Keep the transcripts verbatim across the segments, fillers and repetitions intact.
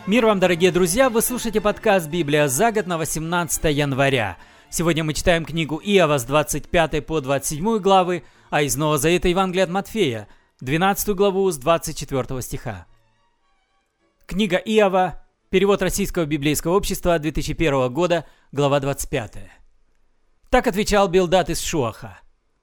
Мир вам, дорогие друзья! Вы слушаете подкаст «Библия за год» на восемнадцатое января. Сегодня мы читаем книгу Иова с двадцать пятой по двадцать седьмую главы, а из Нового Завета Евангелие от Матфея, двенадцатую главу с двадцать четвёртого стиха. Книга Иова, перевод Российского библейского общества две тысячи первого года, глава двадцать пятая. Так отвечал Билдад из Шуаха.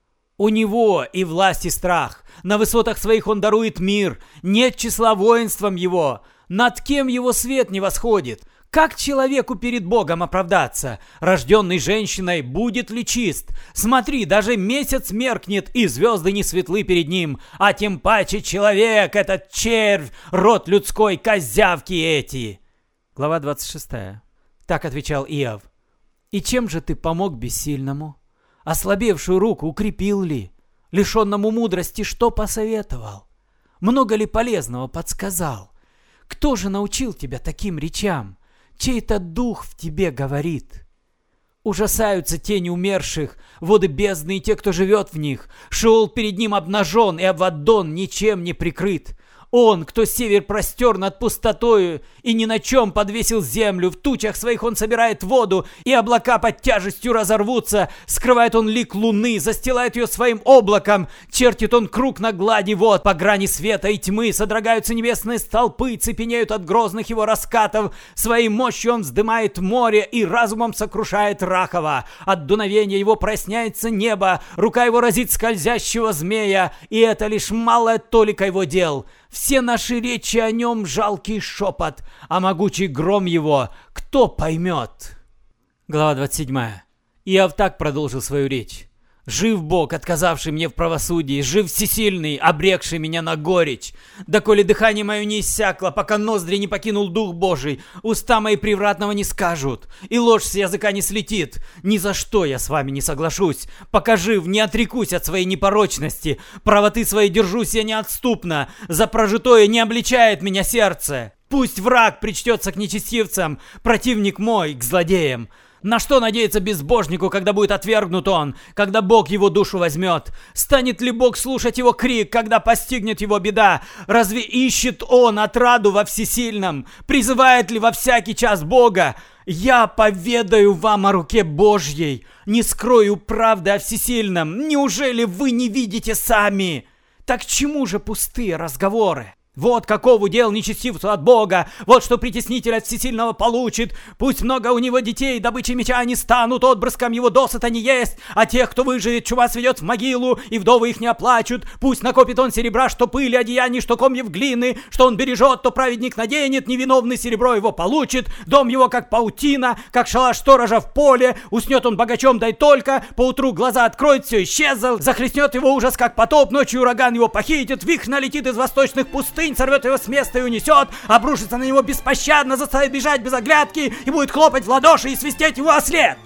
«У него и власть, и страх, на высотах своих он дарует мир, нет числа воинством его, над кем его свет не восходит. Как человеку перед Богом оправдаться? Рожденный женщиной будет ли чист? Смотри, даже месяц меркнет, и звезды не светлы перед ним, а тем паче человек, этот червь, род людской, козявки эти». Глава двадцать шестая. Так отвечал Иов. «И чем же ты помог бессильному? Ослабевшую руку укрепил ли? Лишенному мудрости что посоветовал? Много ли полезного подсказал? Кто же научил тебя таким речам? Чей-то дух в тебе говорит. Ужасаются тени умерших, воды бездны и те, кто живет в них. Шеол перед ним обнажен, и Аваддон ничем не прикрыт. Он, кто север простер над пустотою и ни на чем подвесил землю, в тучах своих он собирает воду, и облака под тяжестью разорвутся. Скрывает он лик луны, застилает ее своим облаком, чертит он круг на глади вод, по грани света и тьмы содрогаются небесные столпы, цепенеют от грозных его раскатов. Своей мощью он вздымает море и разумом сокрушает Рахова. От дуновения его проясняется небо, рука его разит скользящего змея, и это лишь малая толика его дел. Все наши речи о нем жалкий шепот, а могучий гром его кто поймет?» Глава двадцать седьмая. Иов так продолжил свою речь. «Жив Бог, отказавший мне в правосудии, жив всесильный, обрекший меня на горечь. Доколе дыхание мое не иссякло, пока ноздри не покинул Дух Божий, уста мои превратного не скажут, и ложь с языка не слетит. Ни за что я с вами не соглашусь, пока жив, не отрекусь от своей непорочности. Правоты своей держусь я неотступно, за прожитое не обличает меня сердце. Пусть враг причтется к нечестивцам, противник мой к злодеям. На что надеяться безбожнику, когда будет отвергнут он, когда Бог его душу возьмет? Станет ли Бог слушать его крик, когда постигнет его беда? Разве ищет он отраду во всесильном? Призывает ли во всякий час Бога? Я поведаю вам о руке Божьей, не скрою правды о всесильном. Неужели вы не видите сами? Так чему же пустые разговоры? Вот каков удел нечестивцу от Бога, вот что притеснитель от всесильного получит. Пусть много у него детей, добычей меча они станут, отбрызком его досыта не есть, а тех, кто выживет, чума сведет в могилу, и вдовы их не оплачут. Пусть накопит он серебра, что пыли, одеяний, что комьев глины, что он бережет, то праведник наденет, невиновный серебро его получит, дом его как паутина, как шалаш сторожа в поле, уснет он богачом, дай только, поутру глаза откроет, все исчезло, захлестнет его ужас, как потоп, ночью ураган его похитит, вихрь налетит из восточных пустынь, сорвет его с места и унесет, обрушится на него беспощадно, заставит бежать без оглядки и будет хлопать в ладоши и свистеть его ослед.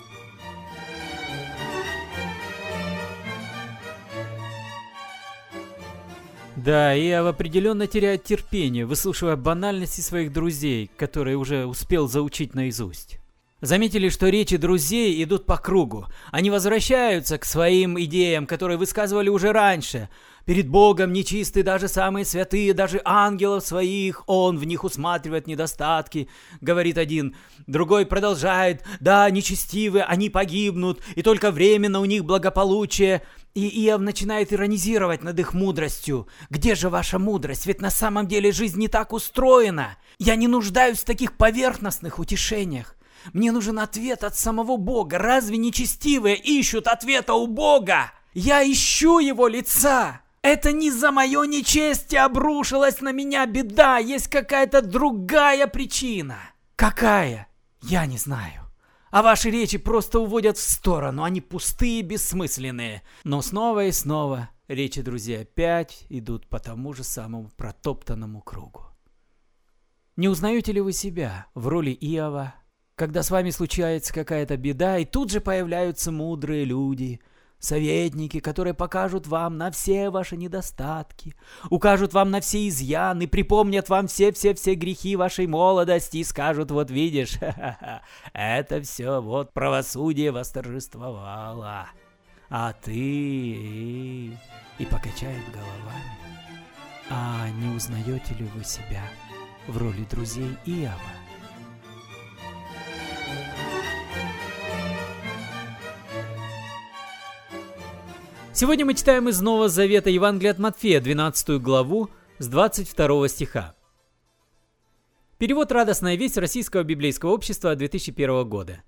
Да, Иов определенно теряет терпение, выслушивая банальности своих друзей, которые уже успел заучить наизусть. Заметили, что речи друзей идут по кругу. Они возвращаются к своим идеям, которые высказывали уже раньше. Перед Богом нечисты даже самые святые, даже ангелов своих, Он в них усматривает недостатки, говорит один. Другой продолжает: да, нечестивы, они погибнут, и только временно у них благополучие. И Иов начинает иронизировать над их мудростью. Где же ваша мудрость? Ведь на самом деле жизнь не так устроена. Я не нуждаюсь в таких поверхностных утешениях. Мне нужен ответ от самого Бога. Разве нечестивые ищут ответа у Бога? Я ищу Его лица. Это не за мое нечестие обрушилась на меня беда. Есть какая-то другая причина. Какая? Я не знаю. А ваши речи просто уводят в сторону. Они пустые и бессмысленные. Но снова и снова речи друзей опять идут по тому же самому протоптанному кругу. Не узнаете ли вы себя в роли Иова? Когда с вами случается какая-то беда, и тут же появляются мудрые люди, советники, которые покажут вам на все ваши недостатки, укажут вам на все изъяны, припомнят вам все-все-все грехи вашей молодости и скажут: вот видишь, это все вот правосудие восторжествовало, а ты... и покачают головами. А не узнаете ли вы себя в роли друзей Иова. Сегодня мы читаем из Нового Завета Евангелия от Матфея, двенадцатую главу, с двадцать второго стиха. Перевод «Радостная весть» Российского библейского общества две тысячи первого года.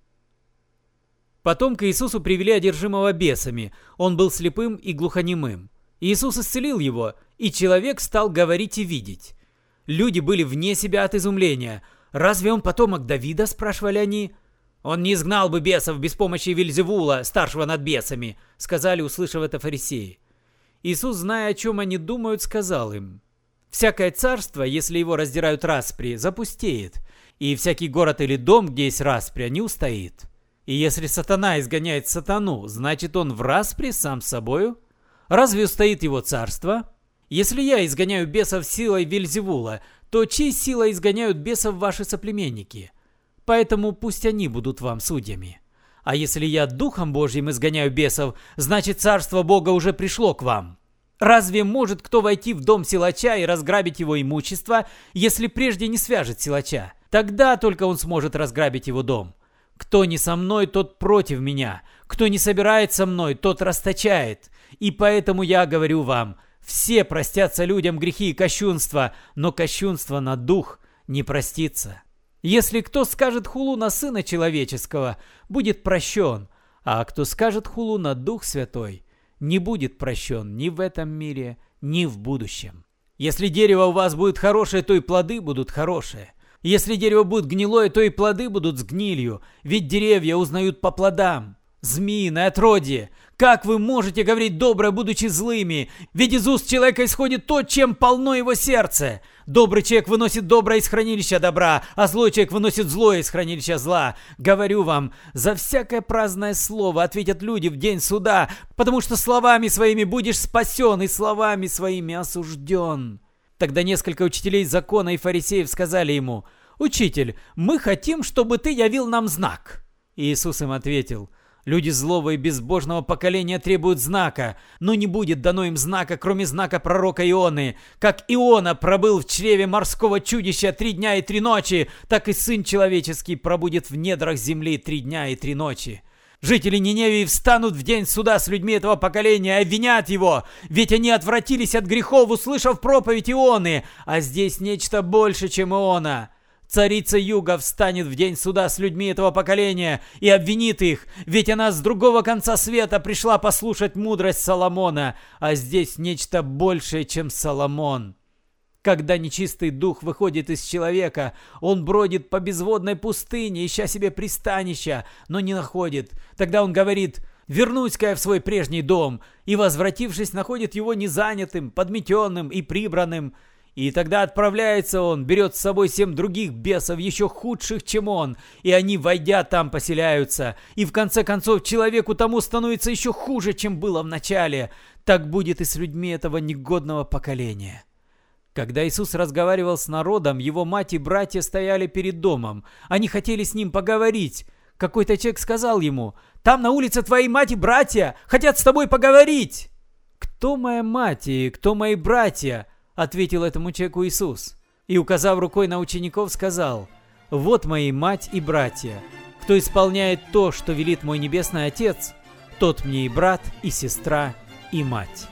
Потом к Иисусу привели одержимого бесами. Он был слепым и глухонемым. Иисус исцелил его, и человек стал говорить и видеть. Люди были вне себя от изумления. «Разве он потомок Давида?» – спрашивали они. «Он не изгнал бы бесов без помощи Вельзевула, старшего над бесами», – сказали, услышав это фарисеи. Иисус, зная, о чем они думают, сказал им: «Всякое царство, если его раздирают распри, запустеет, и всякий город или дом, где есть распря, не устоит. И если сатана изгоняет сатану, значит он в распри сам с собою? Разве устоит его царство? Если я изгоняю бесов силой Вельзевула, то чьей силой изгоняют бесов ваши соплеменники? Поэтому пусть они будут вам судьями. А если я Духом Божьим изгоняю бесов, значит царство Бога уже пришло к вам. Разве может кто войти в дом силача и разграбить его имущество, если прежде не свяжет силача? Тогда только он сможет разграбить его дом. Кто не со мной, тот против меня. Кто не собирает со мной, тот расточает. И поэтому я говорю вам, все простятся людям грехи и кощунства, но кощунство на дух не простится. Если кто скажет хулу на Сына Человеческого, будет прощен, а кто скажет хулу на Дух Святой, не будет прощен ни в этом мире, ни в будущем. Если дерево у вас будет хорошее, то и плоды будут хорошие. Если дерево будет гнилое, то и плоды будут с гнилью, ведь деревья узнают по плодам. Змеиное отродье! Как вы можете говорить доброе, будучи злыми? Ведь из уст человека исходит то, чем полно его сердце. Добрый человек выносит доброе из хранилища добра, а злой человек выносит злое из хранилища зла. Говорю вам, за всякое праздное слово ответят люди в день суда, потому что словами своими будешь спасен и словами своими осужден». Тогда несколько учителей закона и фарисеев сказали ему: «Учитель, мы хотим, чтобы ты явил нам знак». И Иисус им ответил: «Люди злого и безбожного поколения требуют знака, но не будет дано им знака, кроме знака пророка Ионы. Как Иона пробыл в чреве морского чудища три дня и три ночи, так и Сын Человеческий пробудет в недрах земли три дня и три ночи. Жители Ниневии встанут в день суда с людьми этого поколения и обвинят его, ведь они отвратились от грехов, услышав проповедь Ионы, а здесь нечто больше, чем Иона. Царица Юга встанет в день суда с людьми этого поколения и обвинит их, ведь она с другого конца света пришла послушать мудрость Соломона, а здесь нечто большее, чем Соломон. Когда нечистый дух выходит из человека, он бродит по безводной пустыне, ища себе пристанища, но не находит. Тогда он говорит: «Вернусь-ка я в свой прежний дом», и, возвратившись, находит его незанятым, подметенным и прибранным. И тогда отправляется он, берет с собой семь других бесов, еще худших, чем он, и они, войдя там, поселяются. И в конце концов человеку тому становится еще хуже, чем было в начале. Так будет и с людьми этого негодного поколения». Когда Иисус разговаривал с народом, его мать и братья стояли перед домом. Они хотели с ним поговорить. Какой-то человек сказал ему: «Там на улице твои мать и братья хотят с тобой поговорить». «Кто моя мать и кто мои братья?» — ответил этому человеку Иисус. И, указав рукой на учеников, сказал: «Вот мои мать и братья. Кто исполняет то, что велит мой Небесный Отец, тот мне и брат, и сестра, и мать».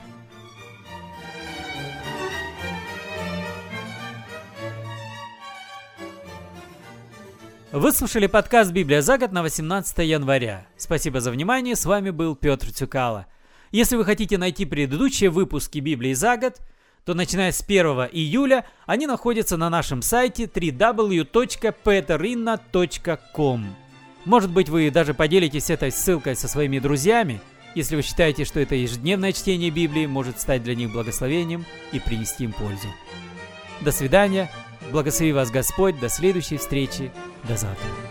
Вы слушали подкаст «Библия за год» на восемнадцатое января. Спасибо за внимание, с вами был Петр Цюкало. Если вы хотите найти предыдущие выпуски Библии за год, то начиная с первого июля они находятся на нашем сайте дабл ю дабл ю дабл ю точка peterrinna точка com. Может быть, вы даже поделитесь этой ссылкой со своими друзьями, если вы считаете, что это ежедневное чтение Библии может стать для них благословением и принести им пользу. До свидания. Благослови вас Господь. До следующей встречи. До завтра.